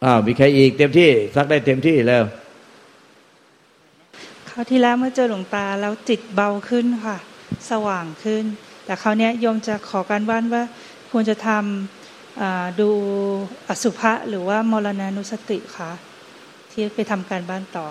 มีใครอีกเต็มที่ซักได้เต็มที่แล้วคราวที่แล้วเมื่อเจอหลวงตาแล้วจิตเบาขึ้นค่ะสว่างขึ้นแต่คราวนี้โยมจะขอการบ้านว่าควรจะทำดูอสุภะหรือว่ามรณานุสติค่ะที่ไปทำการบ้านต่อ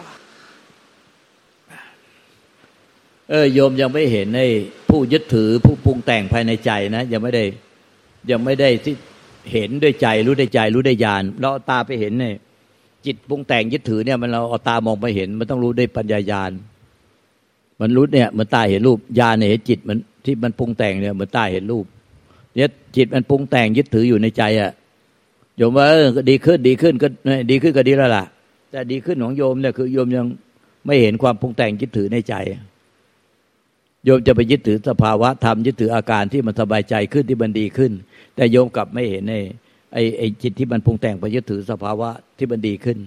โยมยังไม่เห็นในผู้ยึดถือผู้ปรุงแต่งภายในใจนะยังไม่ได้ที่เห็นด้วยใจรู้ด้วยใจรู้ด้วยญาณเราเอาตาไปเห็นเนี่ยจิตปรุงแต่งยึดถือเนี่ยมันเราเอาตามองไปเห็นมันต้องรู้ด้วยปัญญาญาณมันรู้เนี่ยเหมือนตาเห็นรูปญาณเนี่ยเห็นจิตมันที่มันปรุงแต่งเนี่ยเหมือนตาเห็นรูปเนี่ยจิตมันปรุงแต่งยึดถืออยู่ในใจโยมว่าก็ดีขึ้นก็ดีขึ้นก็ดีแล้วล่ะแต่ดีขึ้นของโยมเนี่ยคือโยมยังไม่เห็นความปรุงแต่งยึดถือในใจโยมจะไปยึดถือสภาวะธรรมยึดถืออาการที่มันสบายใจขึ้นที่มันดีขึ้นแต่โยมกลับไม่เห็นไอ้จิตที่มันปรุงแต่งไปยึดถือสภาวะที่มันดีขึ้น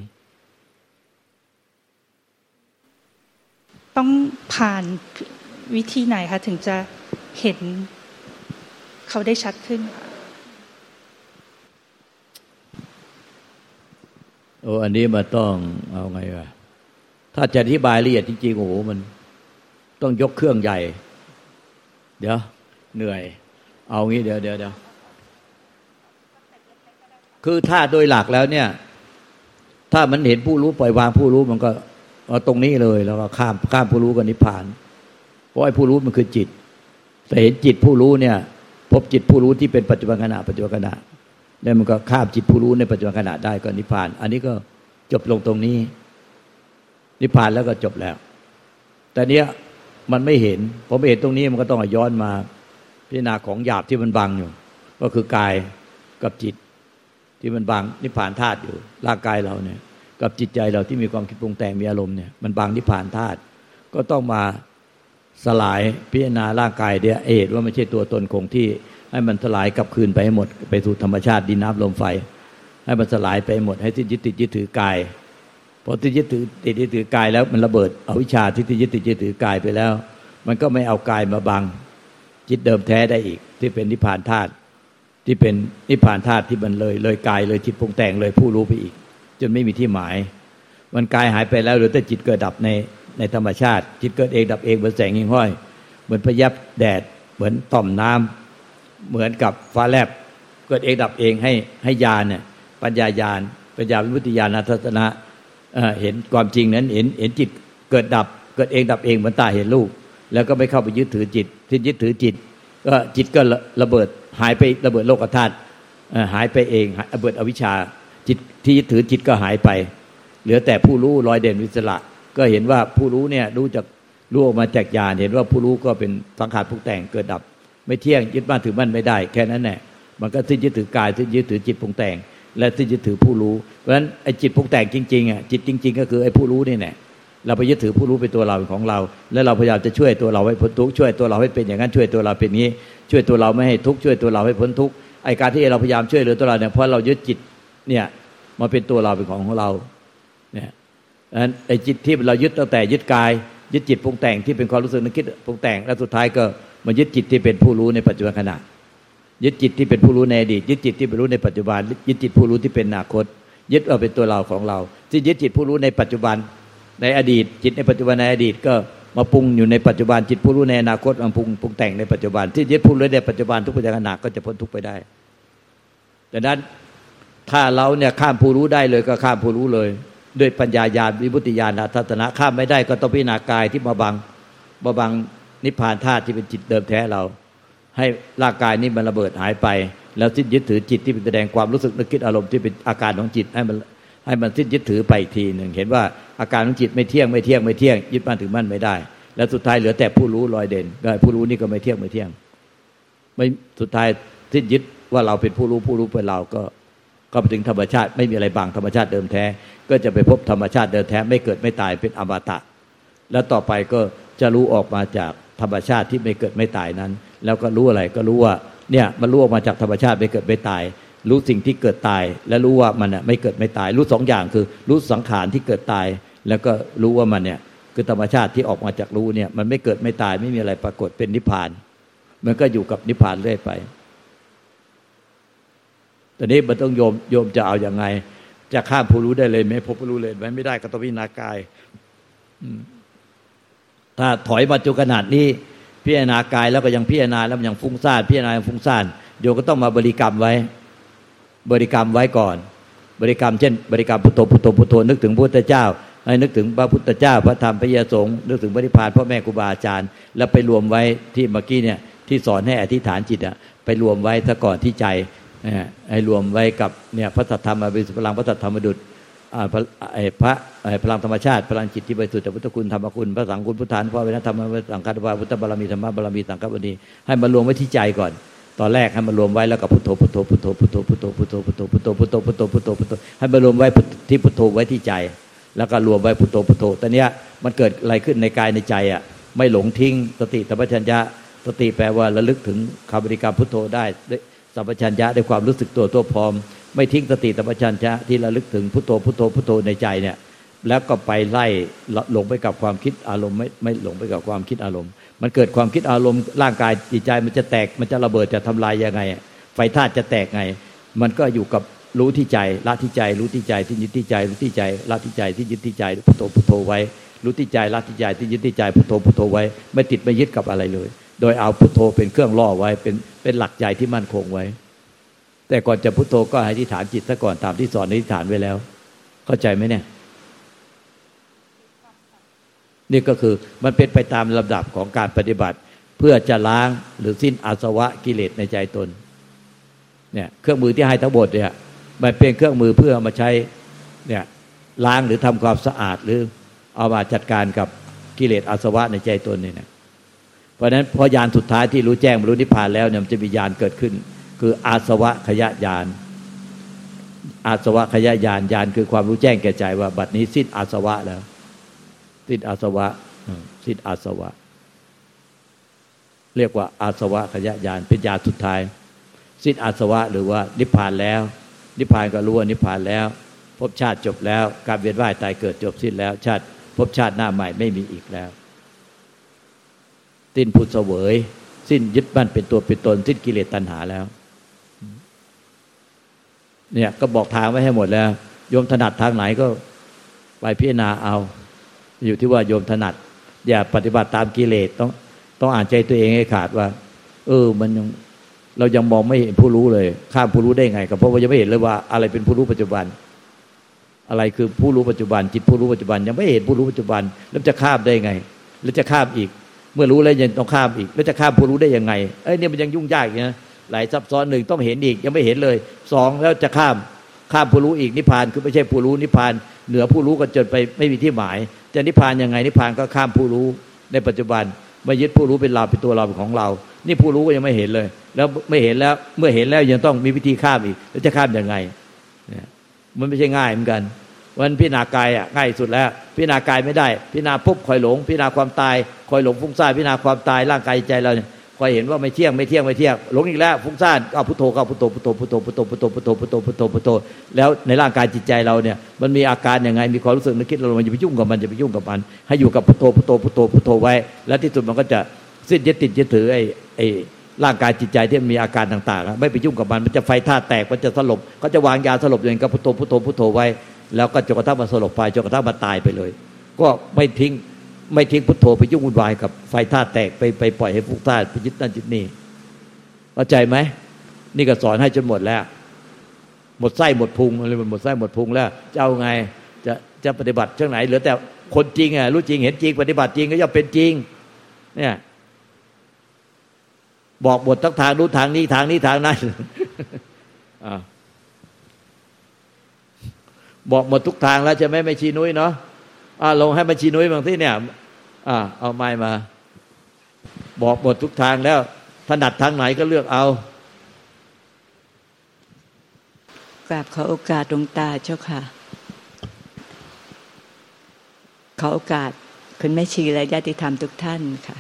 ต้องผ่านวิธีไหนคะถึงจะเห็นเขาได้ชัดขึ้นอันนี้มันต้องเอาไงวะถ้าจะอธิบายละเอียดจริงๆโอ้โหมันต้องยกเครื่องใหญ่เดี๋ยวเหนื่อยเอางี้เดี๋ยวคือถ้าโดยหลักแล้วเนี่ยถ้ามันเห็นผู้รู้ปล่อยวางผู้รู้มันก็เอาตรงนี้เลยแล้วก็ข้ามผู้รู้กับนิพพานเพราะไอ้ผู้รู้มันคือจิตแต่เห็นจิตผู้รู้เนี่ยพบจิตผู้รู้ที่เป็นปัจจุบันขณะแล้วมันก็ข้ามจิตผู้รู้ในปัจจุบันขณะได้ก็นิพพานอันนี้ก็จบลงตรงนี้นิพพานแล้วก็จบแล้วแต่เนี้ยมันไม่เห็นพอไม่เห็นตรงนี้มันก็ต้องย้อนมาพิจารณาของหยาบที่มันบังอยู่ก็คือกายกับจิตที่มันบังนิพพานธาตุอยู่ร่างกายเราเนี่ยกับจิตใจเราที่มีความคิดปรุงแต่งมีอารมณ์เนี่ยมันบังนิพพานธาตุก็ต้องมาสลายพิจารณาร่างกายเดียเอดว่าไม่ใช่ตัวตนคงที่ให้มันสลายกลับคืนไปให้หมดไปสู่ธรรมชาติดินน้ำลมไฟให้มันสลายไปหมดให้ที่ยึดติดยึดถือกายพอที่ยึดถือกายแล้วมันระเบิดอวิชชาที่ยึดติดยึดถือกายไปแล้วมันก็ไม่เอากายมาบังจิตเดิมแท้ได้อีกที่เป็นนิพพานธาตุที่เป็นนิพพานธาตุที่มันเลยกายเลยจิตปรุงแต่งเลยผู้รู้ไปอีกจนไม่มีที่หมายมันกายหายไปแล้วเหลือแต่จิตเกิดดับในธรรมชาติจิตเกิดเองดับเองเหมือนแสงหิ่งห้อยเหมือนพยับแดดเหมือนต่อมน้ำเหมือนกับฟ้าแลบเกิดเองดับเองให้ญาณเนี่ยปัญญาญาณปัญญาวิมุตติญาณทัศนะเห็นความจริงนั้นเห็นจิตเกิดดับเกิดเองดับเองเหมือนตาเห็นรูปแล้วก็ไม่เข้าไปยึดถือจิตที่ยึดถือจิตก็จิตก็ระเบิดหายไประเบิดโลกธาตุหายไปเองระเบิดอวิชชาจิตที่ยึดถือจิตก็หายไปเหลือแต่ผู้รู้ลอยเด่นวิสระก็เห็นว่าผู้รู้เนี่ยรู้ออกมาจากญาณเห็นว่าผู้รู้ก็เป็นสังขารปรุงแต่งเกิดดับไม่เที่ยงยึดมั่นถือมั่นไม่ได้แค่นั้นแหละมันก็ที่ยึดถือกายที่ยึดถือจิตปรุงแต่งและที่ยึดถือผู้รู้เพราะฉะนั้นไอ้จิตปรุงแต่งจริงๆจิตจริงๆก็คือไอ้ผู้รู้นี่แหละเราไปยึดถือผู้รู้เป็นตัวเราเป็นของเราแล้วเราพยายามจะช่วยตัวเราให้พ้นทุกข์ช่วยตัวเราให้เป็นอย่างนั้นช่วยตัวเราเป็นนี้ช่วยตัวเราไม่ให้ทุกข์ช่วยตัวเราให้พ้นทุกข์ไอ้การที่เราพยายามช่วยเหลือตัวเราเนี่ยเพราะเรายึดจิตเนี่ยมาเป็นตัวเราเป็นของเราเนี่ยนั้นไอ้จิตที่เรายึดตั้งแต่ยึดกายยึดจิตปรุงแต่งที่เป็นความรู้สึกนึกคิดปรุงแต่งแล้วสุดท้ายก็มายึดจิตที่เป็นผู้รู้ในปัจจุบันขณะยึดจิตที่เป็นผู้รู้ในอดีตยึดจิตที่เป็นรู้ในปัจจุบันยึดจิตผู้รู้ที่เป็นอนาคตยึดเอาเป็นตัวเราของเราที่ยึดจิตผู้รู้ในปัจจุบันในอดีตจิตในปัจจุบันในอดีตก็มาปรุงอยู่ในปัจจุบันจิตผู้รู้ในอนาคตมาปรุงแต่งในปัจจุบันที่ยึดผู้รู้ในปัจจุบันทุกปัจจุบันขณะก็จะพ้นทุกข์ไปได้ดังนั้นถ้าเราเนี่ยข้ามผู้รู้ได้เลยก็ข้ามผู้รู้เลยด้วยปัญญาญาณวิมุตติญาณทัศนะข้ามไม่ได้ก็ต้องพิจารณากายที่มาบังนิพพานธาตุที่เป็นจิตเดิมแท้เราให้ร่างกายนี้มันระเบิดหายไปแล้วสิ้นยึดถือจิตที่เป็นแสดงความรู้สึกนึกคิดอารมณ์ที่เป็นอาการของจิตให้มันสิ้นยึดถือไปอีกทีหนึ่งเห็นว่าอาการของจิตไม่เที่ยงยึดมั่นถือมั่นไม่ได้แล้วสุดท้ายเหลือแต่ผู้รู้ลอยเด่นก็ผู้รู้นี่ก็ไม่เที่ยงไม่สุดท้ายสิ้นยึดว่าเราเป็นผู้รู้เป็นเราก็ไปถึงธรรมชาติไม่มีอะไรบังธรรมชาติเดิมแท้ก็จะไปพบธรรมชาติเดิมแท้ไม่เกิดไม่ตายเป็นอมตะแล้วต่อไปก็จะรู้ออกมาจากธรรมชาติที่ไม่เกิดไม่ตายนั้นแล้วก็รู้อะไรก็รู้ว่าเนี่ยมันรู้ออกมาจากธรรมชาติไม่เกิดไม่ตายรู้สิ่งที่เกิดตายและรู้ว่ามันไม่เกิดไม่ตายรู้สองอย่างคือรู้สังขารที่เกิดตายแล้วก็รู้ว่ามันเนี่ยคือธรรมชาติที่ออกมาจากรู้เนี่ยมันไม่เกิดไม่ตายไม่มีอะไรปรากฏเป็นนิพพานมันก็อยู่กับนิพพานเรื่อยไปตอนนี้มันต้องโยมจะเอาอย่างไงจะข้ามผู้รู้ได้เลยไหมพบผู้รู้เลยไหมไม่ได้ก็ต้องพิจารณากายถ้าถอยมาจนขนาดนี้พิจารณากายแล้วก็ยังพิจารณาแล้วยังฟุ้งซ่านพิจารณายังฟุ้งซ่านโยมก็ต้องมาบริกรรมไว้ก่อนบริกรรมเช่นบริกรรมพุทโธพุทโธพุทโธนึกถึงพระพุทธเจ้าให้นึกถึงพระพุทธเจ้าพระธรรมพระสงฆ์นึกถึงพระนิพพานพ่อแม่ครูบาอาจารย์แล้วไปรวมไว้ที่เมื่อกี้เนี่ยที่สอนให้อธิษฐานจิตอ่ะไปรวมไว้ซะก่อนที่ใจให้รวมไว้กับเนี่ยพระสัทธรรมบริสุทธิ์พลังพระสัทธรรมดุจพระพลังธรรมชาติพลังจิตที่บริสุทธิ์พุทธคุณธรรมคุณพระสังฆคุณพุทธานพระเวทธรรมสังฆปาพุทธบารมีธรรมบารมีสังฆบารมีให้มารวมไว้ที่ใจก่อนตอนแรกให้มารวมไว้แล้วก็พุทโธพุทโธพุทโธพุทโธพุทโธพุทโธพุทโธพุทโธพุทโธพุทโธพุทโธพุทโธให้มารวมไว้ที่พุทโธไว้ที่ใจแล้วก็รวมไว้พุทโธพุทโธตอนเนี้ยมันเกิดอะไรขึ้นในกายในใจอ่ะไม่หลงทิ้งสติสัมปชัญญะสติแปลว่าระลึกถึงคำบริกรรมพุทโธได้สัมปชัญญะด้วยความรู้สึกตัวพร้อมไม่ทิ้งสติสัมปชัญญะที่ระลึกถึงพุทโธพุทโธพุทโธในใจเนี่ยแล้วก็ไปไล่หลงไปกับความคิดอารมณ์ไม่หลงไปกับความคิดอารมณ์มันเกิดความคิดอารมณ์ร่างกายจิตใจมันจะแตกมันจะระเบิดจะทำลายยังไงไฟธาตุจะแตกไงมันก็อยู่กับรู้ที่ใจละที่ใจรู้ที่ใจที่ยึดที่ใจรู้ที่ใจละที่ใจที่ยึดที่ใจพุทโธพุทโธไว้รู้ที่ใจละที่ใจที่ยึดที่ใจพุทโธพุทโธไว้ไม่ติดไม่ยึดกับอะไรเลยโดยเอาพุทโธเป็นเครื่องล่อไว้เป็นหลักใจที่มั่นคงไว้แต่ก่อนจะพุทโธก็ให้อธิษฐานจิตซะก่อนตามที่สอนอธิษฐานไว้แล้วเข้าใจไหมเนี่ยนี่ก็คือมันเป็นไปตามลำดับของการปฏิบัติเพื่อจะล้างหรือสิ้นอาสวะกิเลสในใจตนเนี่ยเครื่องมือที่ให้ทั้งหมดเนี่ยมันเป็นเครื่องมือเพื่อมาใช้เนี่ยล้างหรือทำความสะอาดหรือเอามาจัดการกับกิเลสอาสวะในใจตนเนี่ยเพราะฉะนั้นพอญาณสุดท้ายที่รู้แจ้งบรรลุนิพพานแล้วเนี่ยมันจะมีญาณเกิดขึ้นคืออาสวะขยะญาณอาสวะขยะญาณญาณคือความรู้แจ้งแก่ใจว่าบัดนี้สิ้นอาสวะแล้วสิ้นอาสวะสิ้นอาสวะเรียกว่าอาสวะขยะญาณเป็นญาณสุดท้ายสิ้นอาสวะหรือว่านิพพานแล้วนิพพานก็รู้ว่านิพพานแล้วภพชาติจบแล้วการเวียนว่ายตายเกิดจบสิ้นแล้วชาติภพชาติหน้าใหม่ไม่มีอีกแล้วสิ้นผู้เสวยสิ้นยึดมั่นเป็นตัวเป็นตนสิ้นกิเลสตัณหาแล้วเนี่ยก็บอกทางไว้ให้หมดแล้วโยมถนัดทางไหนก็ไปพิจารณาเอาอยู่ที่ว่าโยมถนัดอย่าปฏิบัติตามกิเลสต้องอ่านใจตัวเองให้ขาดว่ามันยังเรายังมองไม่เห็นผู้รู้เลยข้ามผู้รู้ได้ไงก็เพราะว่ายังไม่เห็นเลยว่าอะไรเป็นผู้รู้ปัจจุบันอะไรคือผู้รู้ปัจจุบันจิตผู้รู้ปัจจุบันยังไม่เห็นผู้รู้ปัจจุบันแล้วจะข้ามได้ไงแล้วจะข้ามอีกเมื่อรู้แล้วยังต้องข้ามอีกแล้วจะข้ามผู้รู้ได้ยังไงเนี่ยมันยังยุ่งยากอย่างนี้นะหลายซับซ้อนหนึ่งต้องเห็นอีกยังไม่เห็นเลยสองแล้วจะข้ามผู้รู้อีกนิพพานคือไม่ใช่ผู้รู้นิพพานเหนือผู้รู้ก็จนไปไม่มีที่หมายจะนิพพานยังไงนิพพานก็ข้ามผู้รู้ในปัจจุบันไม่ยึดผู้รู้เป็นเราเป็นตัวเราเป็นของเรานี่ผู้รู้ก็ยังไม่เห็นเลยแล้วไม่เห็นแล้วเมื่อเห็นแล้วยังต้องมีวิธีข้ามอีกแล้วจะข้ามยังไงเนี่ยมันไม่ใช่ง่ายเหมือนกันวันพิจารณากายง่ายสุดแล้วพิจารณากายไม่ได้พิจารณาปุ๊บคอยหลงพิจารณาความตายคอยหลงฟุ้งซ่านพิจารณาความตายร่างกายใจเราเนี่ยคอยเห็นว่าไม่เที่ยงหลงอีกแล้วฟุ้งซ่านเอาพุทโธเข้าพุทโธพุทโธพุทโธพุทโธพุทโธพุทโธพุทโธพุทโธพุทโธแล้วในร่างกายจิตใจเราเนี่ยมันมีอาการยังไงมีความรู้สึกนึกคิดเราอย่าไปยุ่งกับมันให้อยู่กับพุทโธพุทโธพุทโธพุทโธไว้แล้วที่สุดมันก็จะสิ้นยึดติดยึดถือไอ้ร่างกายจิตใจที่มีอาการต่างๆไม่ไปยุ่งกับมันจะไฟธาตุแตกมันจะสลบก็จะวางยาสลบอย่างกับพุทโธพุทโธพุทโธไว้แล้วก็จนกระทั่งมันสลบไปจนกระทั่งมันตายไปเลยก็ไม่ทิ้งพุทโธไปยุ่งวุ่นวายกับไฟธาตุแตกไปปล่อยให้ฟุ้งซ่านไปยึดนั่นยึดนี่เข้าใจไหมนี่ก็สอนให้จนหมดแล้วหมดไส้หมดพุงอะไรหมดไส้หมดพุงแล้วจะเอาไงจะปฏิบัติเช่นไหนเหลือแต่คนจริงรู้จริงเห็นจริงปฏิบัติจริงก็ย่อมเป็นจริงเนี่ยบอกหมดทั้งทางนู้นทางนี้ทางนั้นบอกหมดทุกทางแล้วจะไม่ชี้นุ้ยเนาะลงให้มันชี้นุ้ยบางที่เนี่ยเอาไม้มาบอกหมดทุกทางแล้วถนัดทางไหนก็เลือกเอากราบขอโอกาสหลวงตาเจ้าค่ะขอโอกาสคุณแม่ชีและญาติธรรมทุกท่านค่ะ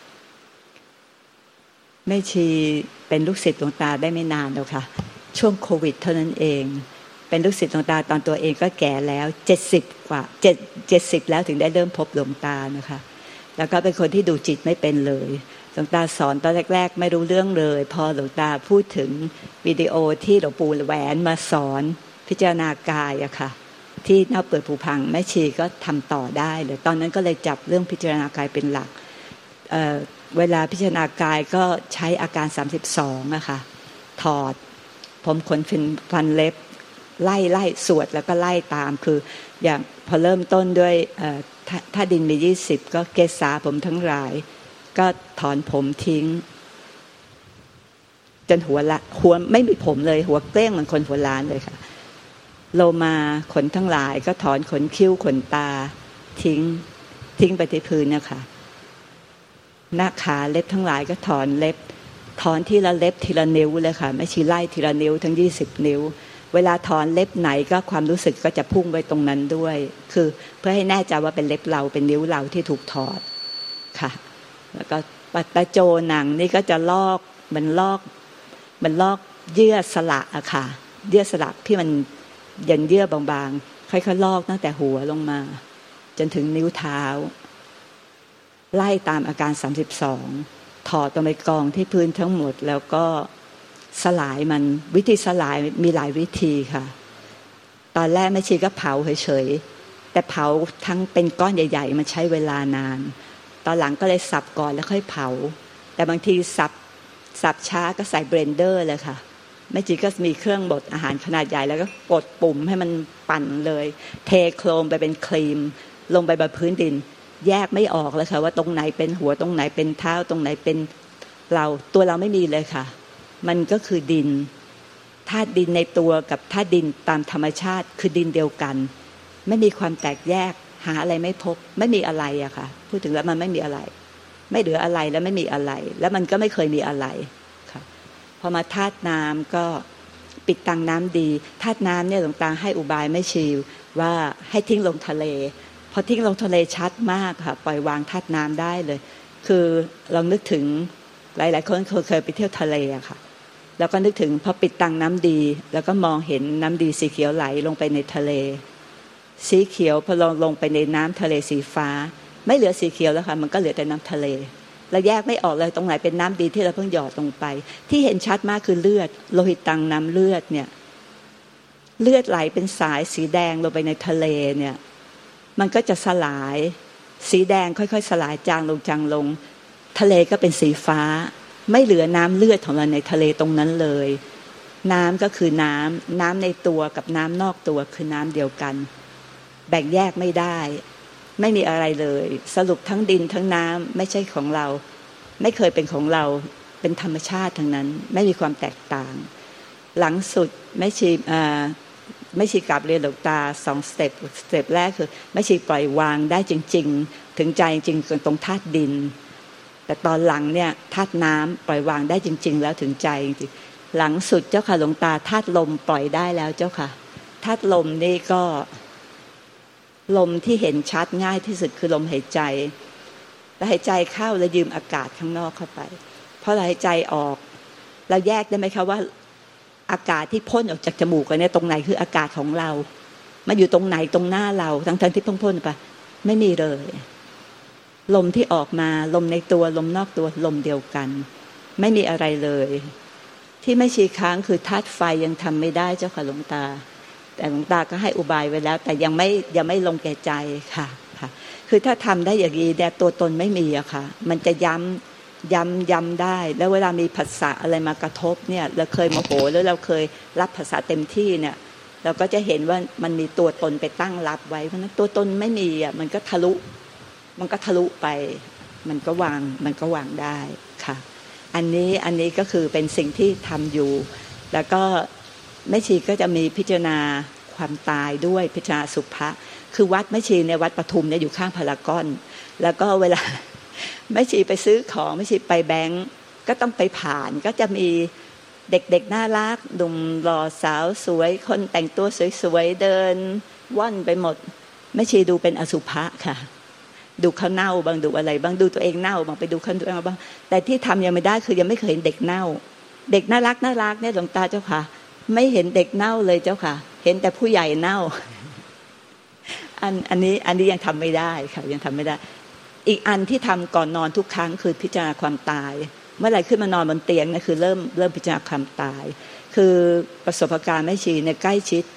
แม่ชีเป็นลูกศิษย์หลวงตาได้ไม่นานแล้วค่ะช่วงโควิดเท่านั้นเองเป็นลูกศิษย์หลวงตาตอนตัวเองก็แก่แล้ว70กว่า70แล้วถึงได้เริ่มพบหลวงตานะคะแล้วก็เป็นคนที่ดูจิตไม่เป็นเลยหลวงตาสอนตอนแรกๆไม่รู้เรื่องเลยพอหลวงตาพูดถึงวิดีโอที่หลวงปู่แหวนมาสอนพิจารณากายอะค่ะที่เน่าเปื่อยผุพังแม่ชีก็ทำต่อได้เลยตอนนั้นก็เลยจับเรื่องพิจารณากายเป็นหลัก เวลาพิจารณากายก็ใช้อาการ32อะค่ะถอดผมขนฟันเล็บไล่สวดแล้วก็ไล่ตามคืออย่างพอเริ่มต้นด้วยถ้าดินมี20ก็เกษาผมทั้งหลายก็ถอนผมทิ้งจนหัวไม่มีผมเลยหัวเกลี้ยงเหมือนคนหัวล้านเลยค่ะโลมาขนทั้งหลายก็ถอนขนคิ้วขนตาทิ้งไปที่พื้นนะคะหน้าขาเล็บทั้งหลายก็ถอนเล็บถอนทีละเล็บทีละนิ้วเลยค่ะไม่ใช่ไล่ทีละนิ้วทั้ง20นิ้วเวลาถอนเล็บไหนก็ความรู้สึกก็จะพุ่งไปตรงนั้นด้วยคือเพื่อให้แน่ใจว่าเป็นเล็บเราเป็นนิ้วเราที่ถูกถอดค่ะแล้วก็ปัตตะโจหนังนี่ก็จะลอกมันลอกเยื่อสละอะค่ะเยื่อสละที่มันยันเยื่อบางๆค่อยๆลอกตั้งแต่หัวลงมาจนถึงนิ้วเท้าไล่ตามอาการ32ถอดตรงไปกองที่พื้นทั้งหมดแล้วก็สลายมันวิธีสลายมีหลายวิธีค่ะตอนแรกแม่ชีก็เผาเฉยๆแต่เผาทั้งเป็นก้อนใหญ่ๆมันใช้เวลานานตอนหลังก็เลยสับก่อนแล้วค่อยเผาแต่บางทีสับช้าก็ใส่เบลนเดอร์เลยค่ะแม่ชีก็มีเครื่องบดอาหารขนาดใหญ่แล้วก็กดปุ่มให้มันปั่นเลยเทโครมไปเป็นครีมลงไปบนพื้นดินแยกไม่ออกเลยค่ะว่าตรงไหนเป็นหัวตรงไหนเป็นเท้าตรงไหนเป็นตัวเราไม่มีเลยค่ะมันก็คือดินธาตุดินในตัวกับธาตุดินตามธรรมชาติคือดินเดียวกันไม่มีความแตกแยกหาอะไรไม่พบไม่มีอะไรอะค่ะพูดถึงแล้วมันไม่มีอะไรไม่เหลืออะไรแล้วไม่มีอะไรแล้วมันก็ไม่เคยมีอะไรค่ะพอมาธาตุน้ำก็ปิดตังน้ำดีธาตุน้ำเนี่ยหลวงตาให้อุบายไม่ชีว่าให้ทิ้งลงทะเลพอทิ้งลงทะเลชัดมากค่ะปล่อยวางธาตุน้ำได้เลยคือลองนึกถึงหลายๆคนเคยไปเที่ยวทะเลอะค่ะแล้วก็นึกถึงพอปิดตังน้ำดีแล้วก็มองเห็นน้ำดีสีเขียวไหลลงไปในทะเลสีเขียวพอลงไปในน้ำทะเลสีฟ้าไม่เหลือสีเขียวแล้วค่ะมันก็เหลือแต่น้ำทะเลเราแยกไม่ออกเลยตรงไหนเป็นน้ำดีที่เราเพิ่งหยอดลงไปที่เห็นชัดมากคือเลือดโลหิตตังน้ำเลือดเนี่ยเลือดไหลเป็นสายสีแดงลงไปในทะเลเนี่ยมันก็จะสลายสีแดงค่อยๆสลายจางลงทะเลก็เป็นสีฟ้าไม่เหลือน้ำเลือดของเราในทะเลตรงนั้นเลยน้ำก็คือน้ำในตัวกับน้ำนอกตัวคือน้ำเดียวกันแบ่งแยกไม่ได้ไม่มีอะไรเลยสรุปทั้งดินทั้งน้ำไม่ใช่ของเราไม่เคยเป็นของเราเป็นธรรมชาติทั้งนั้นไม่มีความแตกต่างหลังสุดไม่ชีกลับเรียนหลวงตา2สเต็ปแรกคือไม่ชีปล่อยวางได้จริงๆถึงใจจริงๆตรงธาตุดินแต่ตอนหลังเนี่ยธาตุน้ำปล่อยวางได้จริงๆแล้วถึงใจจริงๆหลังสุดเจ้าค่ะหลวงตาธาตุลมปล่อยได้แล้วเจ้าค่ะธาตุลมนี่ก็ลมที่เห็นชัดง่ายที่สุดคือลมหายใจแล้วหายใจเข้าแล้วยืมอากาศข้างนอกเข้าไปพอเราหายใจออกเราแยกได้ไหมคะว่าอากาศที่พ่นออกจากจมูกเนี่ยตรงไหนคืออากาศของเรามาอยู่ตรงไหนตรงหน้าเราทั้งที่พ่นไปไม่มีเลยลมที่ออกมาลมในตัวลมนอกตัวลมเดียวกันไม่มีอะไรเลยที่ไม่ชี้ค้างคือธาตุไฟยังทำไม่ได้เจ้าค่ะหลวงตาแต่หลวงตาก็ให้อุบายไว้แล้วแต่ยังไม่ลงแก่ใจค่ะคือถ้าทำได้อย่างนี้แต่ตัวตนไม่มีอะค่ะมันจะย้ำได้แล้วเวลามีภาษาอะไรมากระทบเนี่ยเราเคยโมโหแล้วเราเคยรับภาษาเต็มที่เนี่ยเราก็จะเห็นว่ามันมีตัวตนไปตั้งรับไว้เพราะนั้นตัวตนไม่มีอะมันก็ทะลุไปมันก็วางได้ค่ะอันนี้ก็คือเป็นสิ่งที่ทำอยู่แล้วก็แม่ชีก็จะมีพิจารณาความตายด้วยพิจารณาสุภะคือวัดแม่ชีในวัดปทุมเนี่ยอยู่ข้างพารากอนแล้วก็เวลาแม่ชีไปซื้อของแม่ชีไปแบงก์ก็ต้องไปผ่านก็จะมีเด็กๆน่ารักหนุ่มหล่อสาวสวยคนแต่งตัวสวยๆเดินว่อนไปหมดแม่ชีดูเป็นอสุภะค่ะดูเขาเน่าบางดูอะไรบางดูตัวเองเน่าบางไปดูคนตัวเองบ้างแต่ที่ทำยังไม่ได้คือยังไม่เคยเห็นเด็กเน่าเด็กน่ารักเนี่ยหลวงตาเจ้าค่ะไม่เห็นเด็กเน่าเลยเจ้าค่ะเห็นแต่ผู้ใหญ่เน่าอันนี้ยังทำไม่ได้ค่ะยังทำไม่ได้อีกอันที่ทำก่อนนอนทุกครั้งคือพิจารณาความตายเมื่อไหร่ขึ้นมานอนบนเตียงนะคือเริ่มพิจารณาความตายคือประสบการณ์แม่ชีเนี่ยใกล้ชิด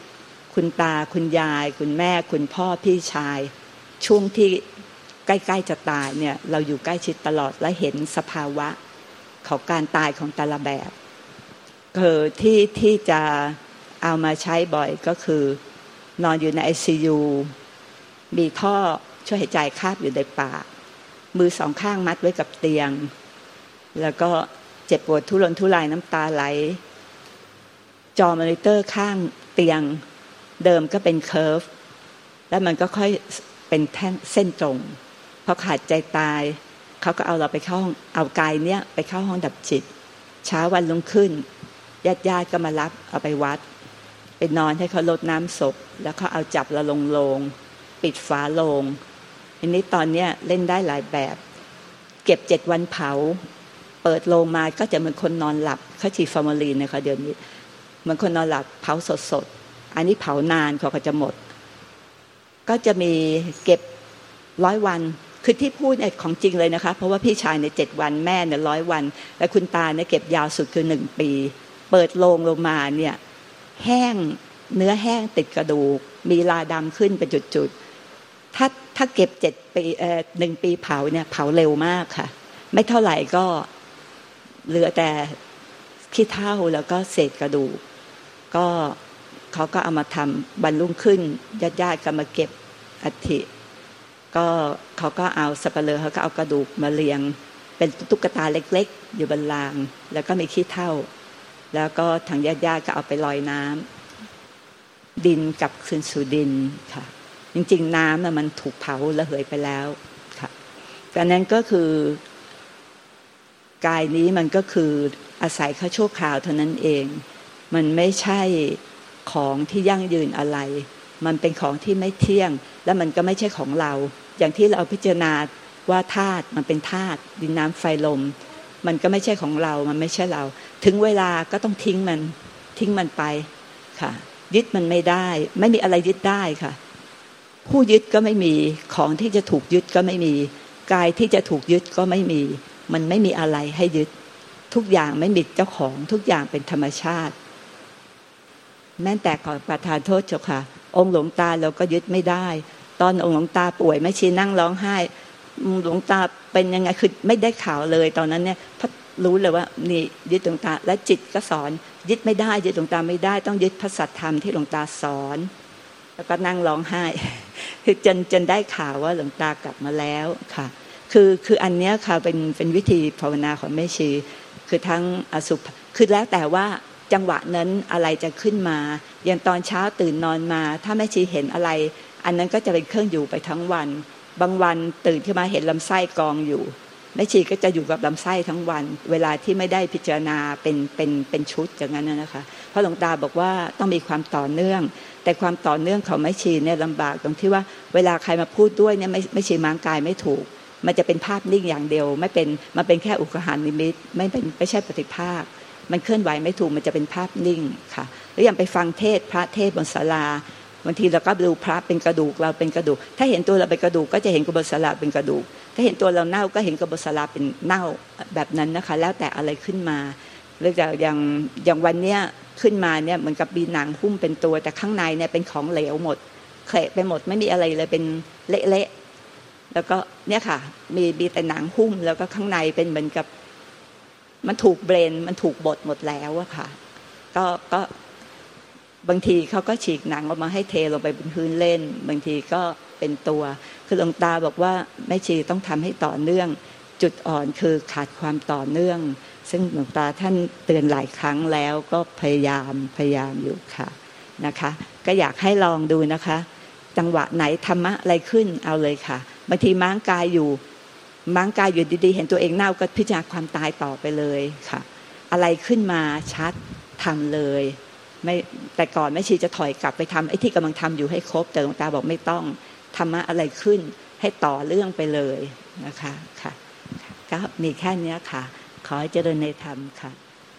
คุณตาคุณยายคุณแม่คุณพ่อพี่ชายช่วงที่ใกล้ๆจะตายเนี่ยเราอยู่ใกล้ชิดตลอดและเห็นสภาวะของการตายของแต่ละแบบคือที่จะเอามาใช้บ่อยก็คือนอนอยู่ใน ICU มีท่อช่วยหายใจคาบอยู่ในปากมือสองข้างมัดไว้กับเตียงแล้วก็เจ็บปวดทุรนทุรายน้ำตาไหลจอมอนิเตอร์ข้างเตียงเดิมก็เป็นเคอร์ฟแล้วมันก็ค่อยเป็นแท่งเส้นตรงพอขาดใจตายเขาก็เอาเราไปเข้าห้องเอากายเนี้ยไปเข้าห้องดับจิตเช้าวันรุ่งขึ้นญาติก็มารับเอาไปวัดไปนอนให้เขารดน้ำศพแล้วเขาเอาจับเราลงโลงปิดฝาโลงอันนี้ตอนเนี้ยเล่นได้หลายแบบเก็บ7 วันเผาเปิดโลงมาก็จะเหมือนคนนอนหลับเขาฉีดฟอร์มาลีนนะคะเดี๋ยวนี้เหมือนคนนอนหลับเผาสดๆอันนี้เผานานเขาก็จะหมดก็จะมีเก็บ100 วันคือที่พูดเนี่ยของจริงเลยนะคะเพราะว่าพี่ชายเนี่ย7 วันแม่เนี่ย100 วันและคุณตาเนี่ยเก็บยาวสุดคือ1 ปีเปิดโลงลงมาเนี่ยแห้งเนื้อแห้งติดกระดูกมีลาดำขึ้นเป็นจุดๆถ้าเก็บ7 ปี1 ปีเผาเนี่ยเผาเร็วมากค่ะไม่เท่าไหร่ก็เหลือแต่ขี้เถ้าแล้วก็เศษกระดูกก็เขาก็เอามาทำวันรุ่งขึ้นญาติก็มาเก็บอัฐิก็เขาก็เอาสับปะเลอเขาก็เอากระดูกมาเรียงเป็นตุ๊กตาเล็กๆอยู่บนรางแล้วก็มีขี้เถ้าแล้วก็ทางญาติก็เอาไปลอยน้ำดินกลับคืนสู่ดินค่ะจริงๆน้ำมันถูกเผาระเหยไปแล้วค่ะดังนั้นก็คือกายนี้มันก็คืออาศัยแค่ชั่วคราวเท่านั้นเองมันไม่ใช่ของที่ยั่งยืนอะไรมันเป็นของที่ไม่เที่ยงและมันก็ไม่ใช่ของเราอย่างที่เราพิจารณาว่าธาตุมันเป็นธาตุดินน้ำไฟลมมันก็ไม่ใช่ของเรามันไม่ใช่เราถึงเวลาก็ต้องทิ้งมันไปค่ะยึดมันไม่ได้ไม่มีอะไรยึดได้ค่ะผู้ยึดก็ไม่มีของที่จะถูกยึดก็ไม่มีกายที่จะถูกยึดก็ไม่มีมันไม่มีอะไรให้ยึดทุกอย่างไม่มีเจ้าของทุกอย่างเป็นธรรมชาติแม้แต่ขอประทานโทษเจ้าค่ะองค์หลวงตาเราก็ยึดไม่ได้ตอนองค์หลวงตาป่วยแม่ชีนั่งร้องไห้หลวงตาเป็นยังไงคือไม่ได้ข่าวเลยตอนนั้นเนี่ยเพราะรู้เลยว่านี่ยึดหลวงตาและจิตก็สอนยึดไม่ได้ยึดหลวงตาไม่ได้ต้องยึดพระสัทธรรมที่หลวงตาสอนแล้วก็นั่งร้องไห้คือจนได้ข่าวว่าหลวงตากลับมาแล้วค่ะคืออันเนี้ยค่ะเป็นวิธีภาวนาของแม่ชีคือทั้งอสุภคือแล้วแต่ว่าจังหวะนั้นอะไรจะขึ้นมาอย่างตอนเช้าตื่นนอนมาถ้าแม่ชีเห็นอะไรอันนั้นก็จะเป็นเครื่องอยู่ไปทั้งวันบางวันตื่นขึ้นมาเห็นลำไส้กองอยู่แม่ชีก็จะอยู่กับลำไส้ทั้งวันเวลาที่ไม่ได้พิจารณาเป็นชุดอย่างนั้นนะคะเพราะหลวงตาบอกว่าต้องมีความต่อเนื่องแต่ความต่อเนื่องของแม่ชีเนี่ยลำบากตรงที่ว่าเวลาใครมาพูดด้วยเนี่ยแม่ชีม้างกายไม่ถูกมันจะเป็นภาพนิ่งอย่างเดียวมันเป็นแค่อุกหานิมิตไม่ใช่ปฏิภาคมันเคลื่อนไหวไม่ถูกมันจะเป็นภาพนิ่งค่ะแล้วอย่างไปฟังเทศพระเทศบนศาลาบางทีเราก็ดูพระเป็นกระดูกเราเป็นกระดูกถ้าเห็นตัวเราเป็นกระดูกก็จะเห็นกบฏศาลาเป็นกระดูกถ้าเห็นตัวเราเน่าก็เห็นกบฏศาลาเป็นเน่าแบบนั้นนะคะแล้วแต่อะไรขึ้นมาเรื่องอย่างวันเนี้ยขึ้นมาเนี่ยเหมือนกับมีหนังหุ้มเป็นตัวแต่ข้างในเนี่ยเป็นของเหลวหมดเละไปหมดไม่มีอะไรเลยเป็นเละๆแล้วก็เนี่ยค่ะมีแต่หนังหุ้มแล้วก็ข้างในเป็นเหมือนกับมันถูกเบรนมันถูกบดหมดแล้วอะค่ะก็บางทีเขาก็ฉีกหนังออกมาให้เทลงไปบนพื้นเล่นบางทีก็เป็นตัวคือหลวงตาบอกว่าแม่ชีต้องทำให้ต่อเนื่องจุดอ่อนคือขาดความต่อเนื่องซึ่งหลวงตาท่านเตือนหลายครั้งแล้วก็พยายามอยู่ค่ะนะคะก็อยากให้ลองดูนะคะจังหวะไหนธรรมะอะไรขึ้นเอาเลยค่ะบางทีม้างกายอยู่ดีๆเห็นตัวเองเน่าก็พิจารณาความตายต่อไปเลยค่ะอะไรขึ้นมาชัดทำเลยไม่แต่ก่อนแม่ชีจะถอยกลับไปทำไอ้ที่กำลังทำอยู่ให้ครบแต่หลวงตาบอกไม่ต้องธรรมะอะไรขึ้นให้ต่อเรื่องไปเลยนะคะค่ะก็มีแค่นี้ค่ะขอให้เจริญในธรรมค่ะ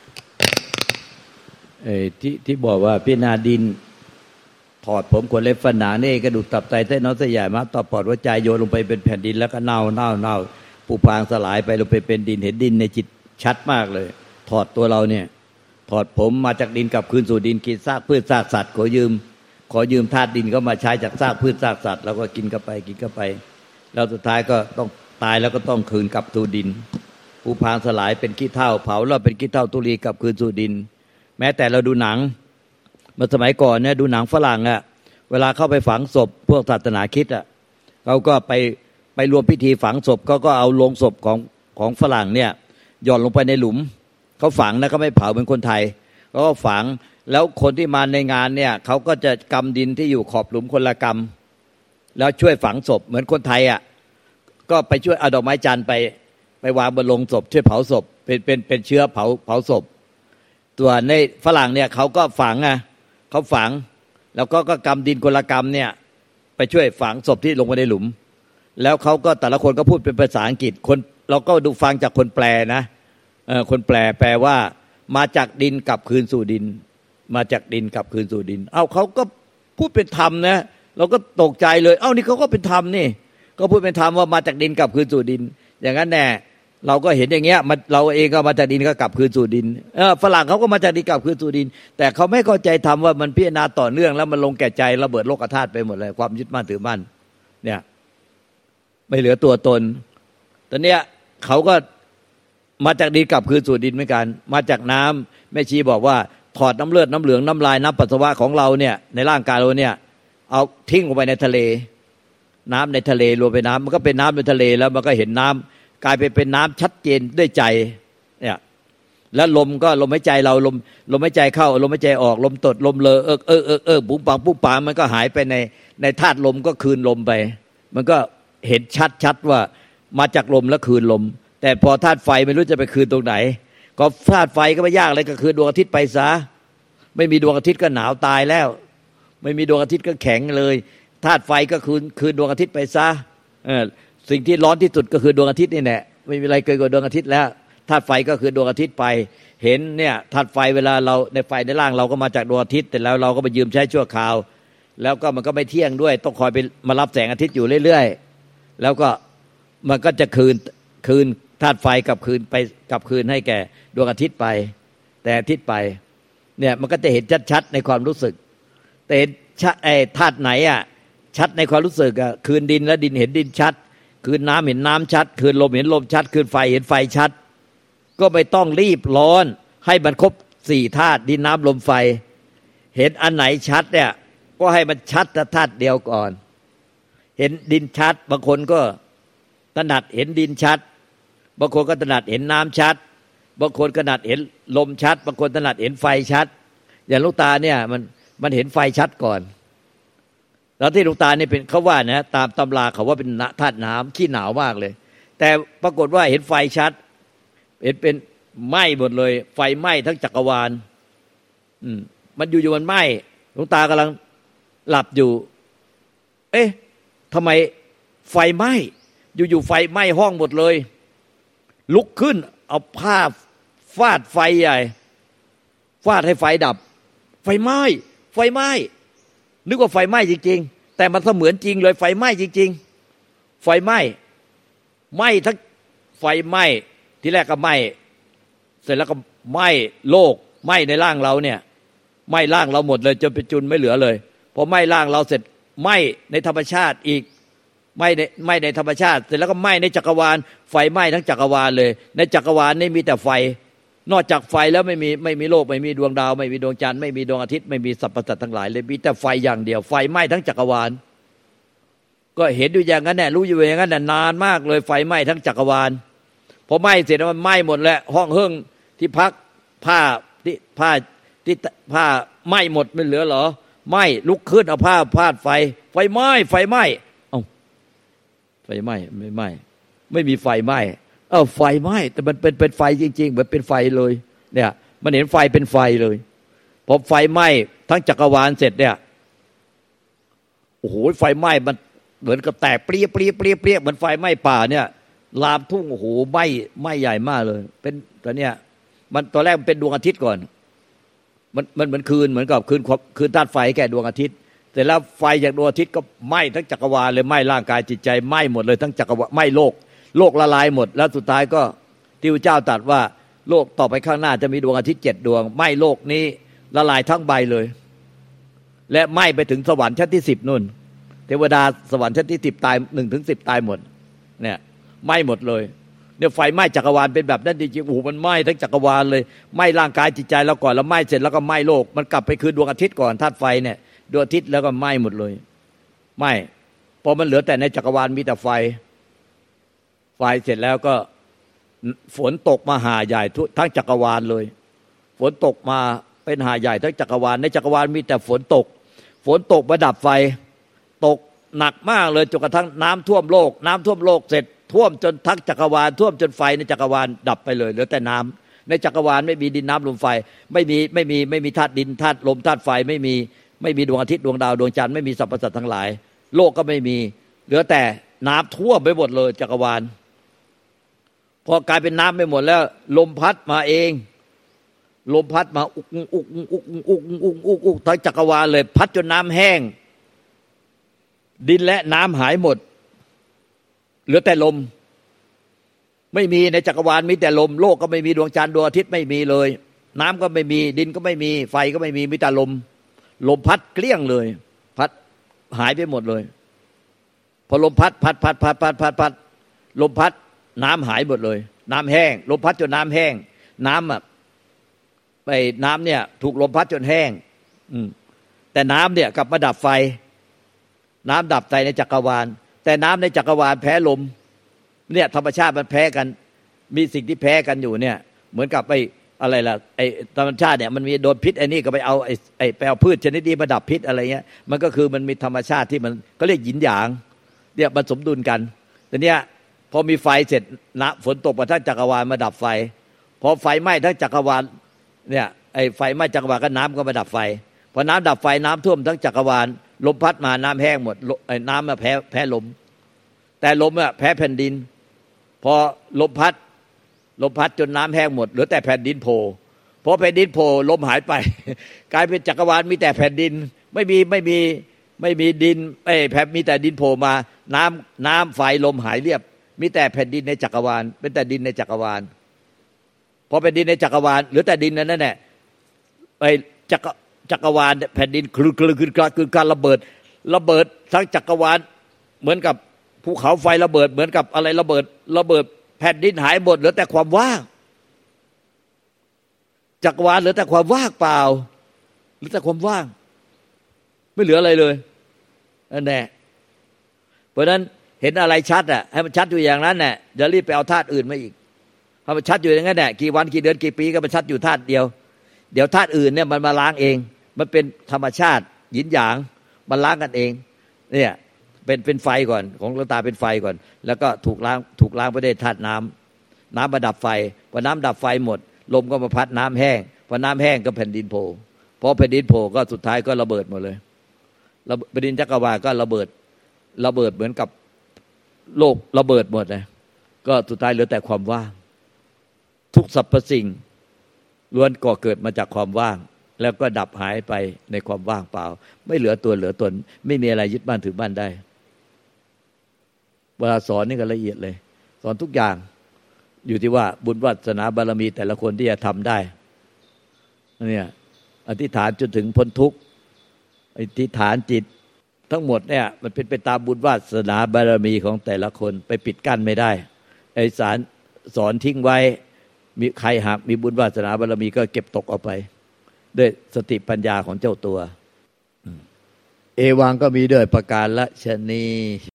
ที่บอกว่าพิจารณาดินถอดผมขนเล็บฟันหนังนี่กระดูกตับไตเส้นน้อยเส้นใหญ่ม้ามต่อมปอดหัวใจโยนลงไปเป็นแผ่นดินแล้วก็เน่าผุพังสลายไปลงไปเป็นดินเห็นดินในจิตชัดมากเลยถอดตัวเราเนี่ยถอดผมมาจากดินกลับคืนสู่ดินกินซากพืชซากสัตว์ขอยืมขอยืมธาตุดินก็มาใช้จากซากพืชซากสัตว์แล้วก็กินเข้าไปแล้วสุดท้ายก็ต้องตายแล้วก็ต้องคืนกลับสู่ดินผุพังสลายเป็นขี้เถ้าเผาแล้วเป็นขี้เถ้าตุลีกลับคืนสู่ดินแม้แต่เราดูหนังเมื่อสมัยก่อนเนี่ยดูหนังฝรั่งอ่ะเวลาเข้าไปฝังศพพวกศาสนาคริสต์อ่ะเขาก็ไปรวมพิธีฝังศพเขาก็เอาโลงศพของฝรั่งเนี่ยหย่อนลงไปในหลุมเขาฝังนะเขาไม่เผาเหมือนคนไทยเขาก็ฝังแล้วคนที่มาในงานเนี่ยเขาก็จะกำดินที่อยู่ขอบหลุมคนละกำแล้วช่วยฝังศพเหมือนคนไทยอ่ะก็ไปช่วยเอาดอกไม้จันทร์ไปวางบนโลงศพช่วยเผาศพเป็นเชื้อเผาศพตัวในฝรั่งเนี่ยเขาก็ฝังอ่ะเขาฝังแล้วก็กำดินคนละกำเนี่ยไปช่วยฝังศพที่ลงไปในหลุมแล้วเขาก็แต่ละคนก็พูดเป็นภาษาอังกฤษคนเราก็ดูฟังจากคนแปลนะคนแปลว่ามาจากดินกลับคืนสู่ดินมาจากดินกลับคืนสู่ดินเอ้าเขาก็พูดเป็นธรรมนะเราก็ตกใจเลยเอ้านี่เขาก็เป็นธรรมนี่ก็พูดเป็นธรรมว่ามาจากดินกลับคืนสู่ดินอย่างนั้นแน่เราก็เห็นอย่างเงี้ยเราเองก็มาจากดินก็กลับคืนสู่ดินฝรั่งเขาก็มาจากดินกลับคืนสู่ดินแต่เขาไม่เข้าใจธรรมว่ามันพิจารณาต่อเนื่องแล้วมันลงแก่ใจระเบิดโลกธาตุไปหมดเลยความยึดมั่นถือมั่นเนี่ยไม่เหลือตัวตนตอนเนี้ยเขาก็มาจากดินกลับคืนสู่ดินเหมือนกันมาจากน้ำแม่ชีบอกว่าถอดน้ำเลือดน้ำเหลืองน้ำลายน้ำปัสสาวะของเราเนี่ยในร่างกายเราเนี่ยเอาทิ้งลงไปในทะเลน้ำในทะเลรวมไปน้ำมันก็เป็นน้ำในทะเลแล้วมันก็เห็นน้ำกลายไปเป็นน้ำชัดเจนด้วยใจเนี่ยแล้วลมก็ลมหายใจเราลมหายใจเข้าลมหายใจออกลมตดลมเลอปุ้งปังปุ้งปังมันก็หายไปในธาตุลมก็คืนลมไปมันก็เห็นชัดว่ามาจากลมแล้วคืนลมแต่พอธาตุไฟไม่รู้จะไปคืนตรงไหนก็ธาตุไฟก็ไม่ยากเลยก็คืนดวงอาทิตย์ไปซะไม่มีดวงอาทิตย์ก็หนาวตายแล้วไม่มีดวงอาทิตย์ก็แข็งเลยธาตุไฟก็คืนดวงอาทิตย์ไปซะสิ่งที่ร้อนที่สุดก็คือดวงอาทิตย์นี่แหละไม่มีอะไรเกินกว่าดวงอาทิตย์แล้วธาตุไฟก็คือดวงอาทิตย์ไปเห็นเนี่ยธาตุไฟเวลาเราในไฟในร่างเราก็มาจากดวงอาทิตย์แต่แล้วเราก็ไปยืมใช้ชั่วคราวแล้วก็มันก็ไม่เที่ยงด้วยต้องคอยไปมารับแสงอาทิตย์อยู่เรื่อยๆแล้วก็มันก็จะคืนธาตุไฟกลับคืนให้แก่ดวงอาทิตย์ไปแต่อาทิตย์ไปเนี่ยมันก็จะเห็นชัดๆในความรู้สึกแต่ธาตุไหนอ่ะชัดในความรู้สึกอ่ะคืนดินแล้วดินเห็นดินชัดคืนน้ำเห็นน้ำชัดคืนลมเห็นลมชัดคืนไฟเห็นไฟชัดก็ไม่ต้องรีบร้อนให้มันครบ4ธาตุดินน้ำลมไฟเห็นอันไหนชัดเนี่ยก็ให้มันชัดแต่ธาตุเดียวก่อนเห็นดินชัดบางคนก็ถนัดเห็นดินชัดบางคนก็ถนัดเห็นน้ำชัดบางคนถนัดเห็นลมชัดบางคนถนัดเห็นไฟชัดอย่างลูกตาเนี่ยมันเห็นไฟชัดก่อนแล้วที่ลูกตาเนี่ยเป็นเขาว่านะตามตำราเขาว่าเป็นธาตุน้ำขี้หนาวมากเลยแต่ปรากฏว่าเห็นไฟชัดเห็นเป็นไหม้หมดเลยไฟไหม้ทั้งจักรวาลมันอยู่ๆมันไหม้ลูกตากำลังหลับอยู่เอ๊ะทำไมไฟไหม้อยู่ๆไฟไหม้ห้องหมดเลยลุกขึ้นเอาผ้าฟาดไฟใหญ่ฟาดให้ไฟดับไฟไหม้นึกว่าไฟไหม้จริงๆแต่มันเสมือนจริงเลยไฟไหม้จริงๆไฟไหม้ทั้งไฟไหม้ที่แรกก็ไหม้เสร็จแล้วก็ไหม้โลกไหม้ในร่างเราเนี่ยไหม้ร่างเราหมดเลยจนเป็นจุนไม่เหลือเลยพอไหม้ร่างเราเสร็จไหม้ในธรรมชาติอีกไหม้ในธรรมชาติเสร็จแล้วก็ไหม้ในจักรวาลไฟไหม้ทั้งจักรวาลเลยในจักรวาลนี่มีแต่ไฟนอกจากไฟแล้วไม่มีโลกไม่มีดวงดาวไม่มีดวงจันทร์ไม่มีดวงอาทิตย์ไม่มีสรรพสัตว์ทั้งหลายเลยมีแต่ไฟอย่างเดียวไฟไหม้ทั้งจักรวาลก็เห็นอยู่อย่างนั้นแหละรู้อยู่อย่างนั้นแหละนานมากเลยไฟไหม้ทั้งจักรวาลพอไหม้เสร็จมันไหม้หมดแล้วห้องเฮิ่งที่พักผ้าไหม้หมดไม่เหลือเหรอไหม้ลุกขึ้นเอาผ้าพาดไฟไหม้เอ้าไฟไหม้ไม่มีไฟไหม้ไฟไหม้แต่มันเป็นไฟจริงๆเหมือนเป็นไฟเลยเนี่ยมันเห็นไฟเป็นไฟเลยพอไฟไหม้ทั้งจักรวาลเสร็จเนี่ยโอ้โหไฟไหม้มันเหมือนกับแตกเปรี้ยเหมือนไฟไหม้ป่าเนี่ยลามทุ่งโอ้โหไหม้ใหญ่มากเลยเป็นตอนเนี้ยมันตอนแรกมันเป็นดวงอาทิตย์ก่อนมันเหมือนคืนเหมือนกับคืนธาตุไฟแก่ดวงอาทิตย์เสร็จแล้วไฟจากดวงอาทิตย์ก็ไหม้ทั้งจักรวาลเลยไหม้ร่างกายจิตใจไหม้หมดเลยทั้งจักรวาลไหม้โลกละลายหมดแล้วสุดท้ายก็ที่พระเจ้าตรัสว่าโลกต่อไปข้างหน้าจะมีดวงอาทิตย์7 ดวงไหม้โลกนี้ละลายทั้งใบเลยและไหม้ไปถึงสวรรค์ชั้นที่10นู่นเทวดาสวรรค์ชั้นที่10ตาย1 ถึง 10ตายหมดเนี่ยไหม้หมดเลยเนี่ยไฟไหม้จักรวาลเป็นแบบนั้นจริงๆโอ้โหมันไหม้ทั้งจักรวาลเลยไหม้ร่างกายจิตใจเราก่อนแล้วไหม้เสร็จแล้วก็ไหม้โลกมันกลับไปคืนดวงอาทิตย์ก่อนธาตุไฟเนี่ยดวงอาทิตย์แล้วก็ไหม้หมดเลยไหม้พอมันเหลือแต่ในจักรวาลมีแต่ไฟเสร็จแล้วก็ฝนตกมาหาใหญ่ทั้งจักรวาลเลยฝนตกมาเป็นหาใหญ่ทั้งจักรวาลในจักรวาลมีแต่ฝนตกมาดับไฟตกหนักมากเลยจนกระทั่งน้ำท่วมโลกเสร็จท่วมจนทั้งจักรวาลท่วมจนไฟในจักรวาลดับไปเลยเหลือแต่น้ำในจักรวาลไม่มีดินน้ำลมไฟไม่มีธาตุดินธาตุลมธาตุไฟไม่มีดวงอาทิตย์ดวงดาวดวงจันทร์ไม่มีสรรพสัตว์ทั้งหลายโลกก็ไม่มีเหลือแต่น้ำท่วมไปหมดเลยจักรวาลพอกลายเป็นน้ำไปหมดแล้วลมพัดมาเองลมพัดมาอุกทั้งจักรวาลเลยพัดจนน้ำแห้งดินและน้ำหายหมดเหลือแต่ลมไม่มีในจักรวาลมีแต่ลมโลกก็ไม่มีดวงจันทร์ดวงอาทิตย์ไม่มีเลยน้ำก็ไม่มีดินก็ไม่มีไฟก็ไม่มีแต่ลมพัดเกลี้ยงเลยพัดหายไปหมดเลยพอลมพัดลมพัดน้ำหายหมดเลยน้ำแห้งลมพัดจนน้ำแห้งน้ำน้ำเนี่ยถูกลมพัดจนแห้งแต่น้ำเนี่ยกลับมาดับไฟน้ำดับไฟในจักรวาลแต่น้ำในจักรวาลแพ้ลมเนี่ยธรรมชาติมันแพ้กันมีสิ่งที่แพ้กันอยู่เนี่ยเหมือนกับอะไรล่ะธรรมชาติเนี่ยมันมีโดนพิษไอ้นี่ก็ไปเอาไปเอาพืชชนิดนี้มาดับพิษอะไรเงี้ยมันก็คือมันมีธรรมชาติที่มันก็เรียกหยินหยางเนี่ยมันสมดุลกันแต่เนี่ยพอมีไฟเสร็จฝนตกมาทั้งจักรวาลมาดับไฟพอไฟไหม้ทั้งจักรวาลเนี่ยไฟไหม้จักรวาลก็น้ำก็มาดับไฟพอน้ำดับไฟน้ำท่วมทั้งจักรวาลลมพัดมาน้ำแห้งหมดน้ำมาแพ้ลมแต่ลมแพ้แผ่นดินพอลมพัดจนน้ำแห้งหมดเหลือแต่แผ่นดินโผล่พอแผ่นดินโผล่ลมหายไปกลายเป็นจักรวาลมีแต่แผ่นดินไม่มีดินมีแต่ดินโผล่มาน้ำไฟลมหายเรียบมีแต่แผ่นดินในจักรวาลเป็นแต่ดินในจักรวาลพอเป็นดินในจักรวาลเหลือแต่ดินนั่นแหละจักรวาลแผ่นดินคือการระเบิดทั้งจักรวาลเหมือนกับภูเขาไฟระเบิดเหมือนกับอะไรระเบิดแผ่นดินหายหมดเหลือแต่ความว่างจักรวาลเหลือแต่ความว่างเปล่าเหลือแต่ความว่างไม่เหลืออะไรเลยนั่นแหละเพราะฉะนั้นเห็นอะไรชัดให้มันชัดอยู่อย่างนั้นแหละอย่ารีบไปเอาธาตุอื่นมาอีกถ้ามันชัดอยู่อย่างนั้นแหละกี่วันกี่เดือนกี่ปีก็มันชัดอยู่ธาตุเดียวเดี๋ยวธาตุอื่นเนี่ยมันมาล้างเองมันเป็นธรรมชาติหยินหยางมันล้างกันเองเนี่ยเป็นไฟก่อนของหลวงตาเป็นไฟก่อนแล้วก็ถูกล้างไปด้วยธาตุน้ำมาดับไฟพอน้ำดับไฟหมดลมก็มาพัดน้ำแห้งพอน้ำแห้งก็แผ่นดินโผล่พอแผ่นดินโผล่ก็สุดท้ายก็ระเบิดหมดเลยแผ่นดินจักรวาลก็ระเบิดเหมือนกับโลกระเบิดหมดเลยก็สุดท้ายเหลือแต่ความว่างทุกสรรพสิ่งล้วนก่อเกิดมาจากความว่างแล้วก็ดับหายไปในความว่างเปล่าไม่เหลือตัวเหลือตนไม่มีอะไรยึดบ้านถือบ้านได้เวลาสอนนี่ก็ละเอียดเลยสอนทุกอย่างอยู่ที่ว่าบุญวาสนาบารมีแต่ละคนที่จะทำได้เนี่ยอธิษฐานจนถึงพ้นทุกข์อธิษฐานจิตทั้งหมดเนี่ยมันเป็นไปตามบุญวาสนาบารมีของแต่ละคนไปปิดกั้นไม่ได้ไอ้สอนทิ้งไว้มีใครหากมีบุญวาสนาบารมีก็เก็บตกเอาไปด้วยสติปัญญาของเจ้าตัวเอวังก็มีด้วยประการละชนี